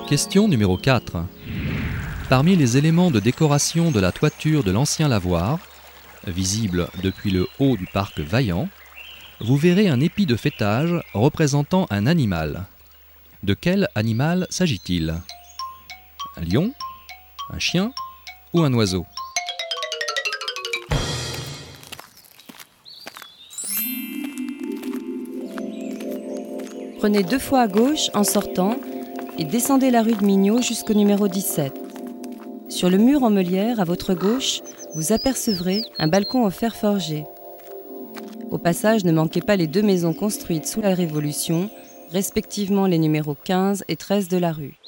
Question numéro 4. Parmi les éléments de décoration de la toiture de l'ancien lavoir, visible depuis le haut du parc Vaillant, vous verrez un épi de faîtage représentant un animal. De quel animal s'agit-il? Un lion, un chien ou un oiseau? Prenez 2 fois à gauche en sortant et descendez la rue de Mignot jusqu'au numéro 17. Sur le mur en meulière, à votre gauche, vous apercevrez un balcon en fer forgé. Au passage, ne manquez pas les 2 maisons construites sous la Révolution, respectivement les numéros 15 et 13 de la rue.